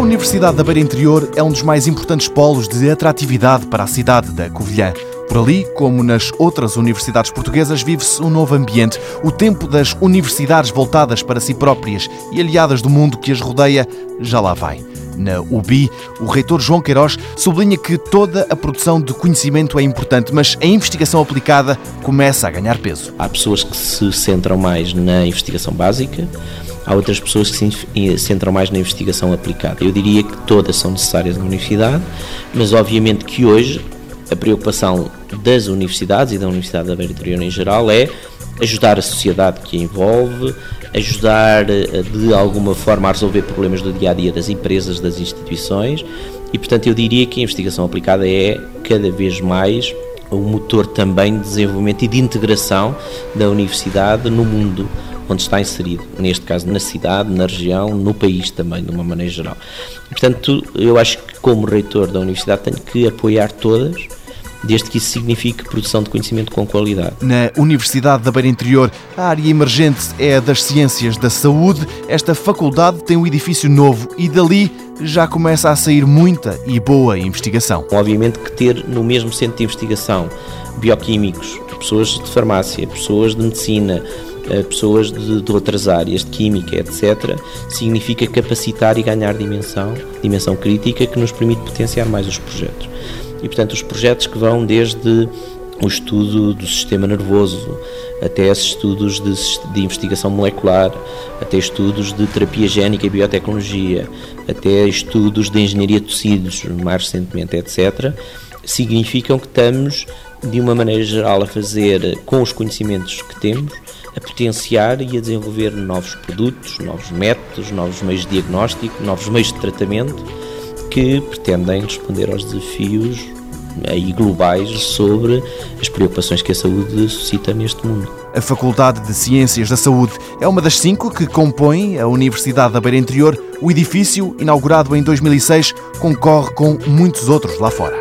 Universidade da Beira Interior é um dos mais importantes polos de atratividade para a cidade da Covilhã. Por ali, como nas outras universidades portuguesas, vive-se um novo ambiente. O tempo das universidades voltadas para si próprias e aliadas do mundo que as rodeia já lá vai. Na UBI, o reitor João Queiroz sublinha que toda a produção de conhecimento é importante, mas a investigação aplicada começa a ganhar peso. Há pessoas que se centram mais na investigação básica, há outras pessoas que se centram mais na investigação aplicada. Eu diria que todas são necessárias na universidade, mas obviamente que hoje a preocupação das universidades e da Universidade da Beira Interior em geral é ajudar a sociedade que a envolve, ajudar de alguma forma a resolver problemas do dia-a-dia das empresas, das instituições e, portanto, eu diria que a investigação aplicada é cada vez mais um motor também de desenvolvimento e de integração da universidade no mundo onde está inserido, neste caso na cidade, na região, no país também, de uma maneira geral. Portanto, eu acho que como reitor da universidade tenho que apoiar todas, desde que isso signifique produção de conhecimento com qualidade. Na Universidade da Beira Interior, a área emergente é a das Ciências da Saúde. Esta faculdade tem um edifício novo e dali já começa a sair muita e boa investigação. Obviamente que ter no mesmo centro de investigação bioquímicos, pessoas de farmácia, pessoas de medicina, pessoas de outras áreas, de química, etc., significa capacitar e ganhar dimensão crítica que nos permite potenciar mais os projetos. E, portanto, os projetos que vão desde o estudo do sistema nervoso, até esses estudos de investigação molecular, até estudos de terapia génica e biotecnologia, até estudos de engenharia de tecidos, mais recentemente, etc., significam que estamos, de uma maneira geral, a fazer, com os conhecimentos que temos, a potenciar e a desenvolver novos produtos, novos métodos, novos meios de diagnóstico, novos meios de tratamento, que pretendem responder aos desafios aí globais sobre as preocupações que a saúde suscita neste mundo. A Faculdade de Ciências da Saúde é uma das 5 que compõem a Universidade da Beira Interior. O edifício, inaugurado em 2006, concorre com muitos outros lá fora.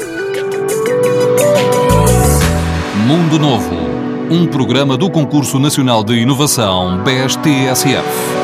Mundo Novo, um programa do Concurso Nacional de Inovação BES-TSF.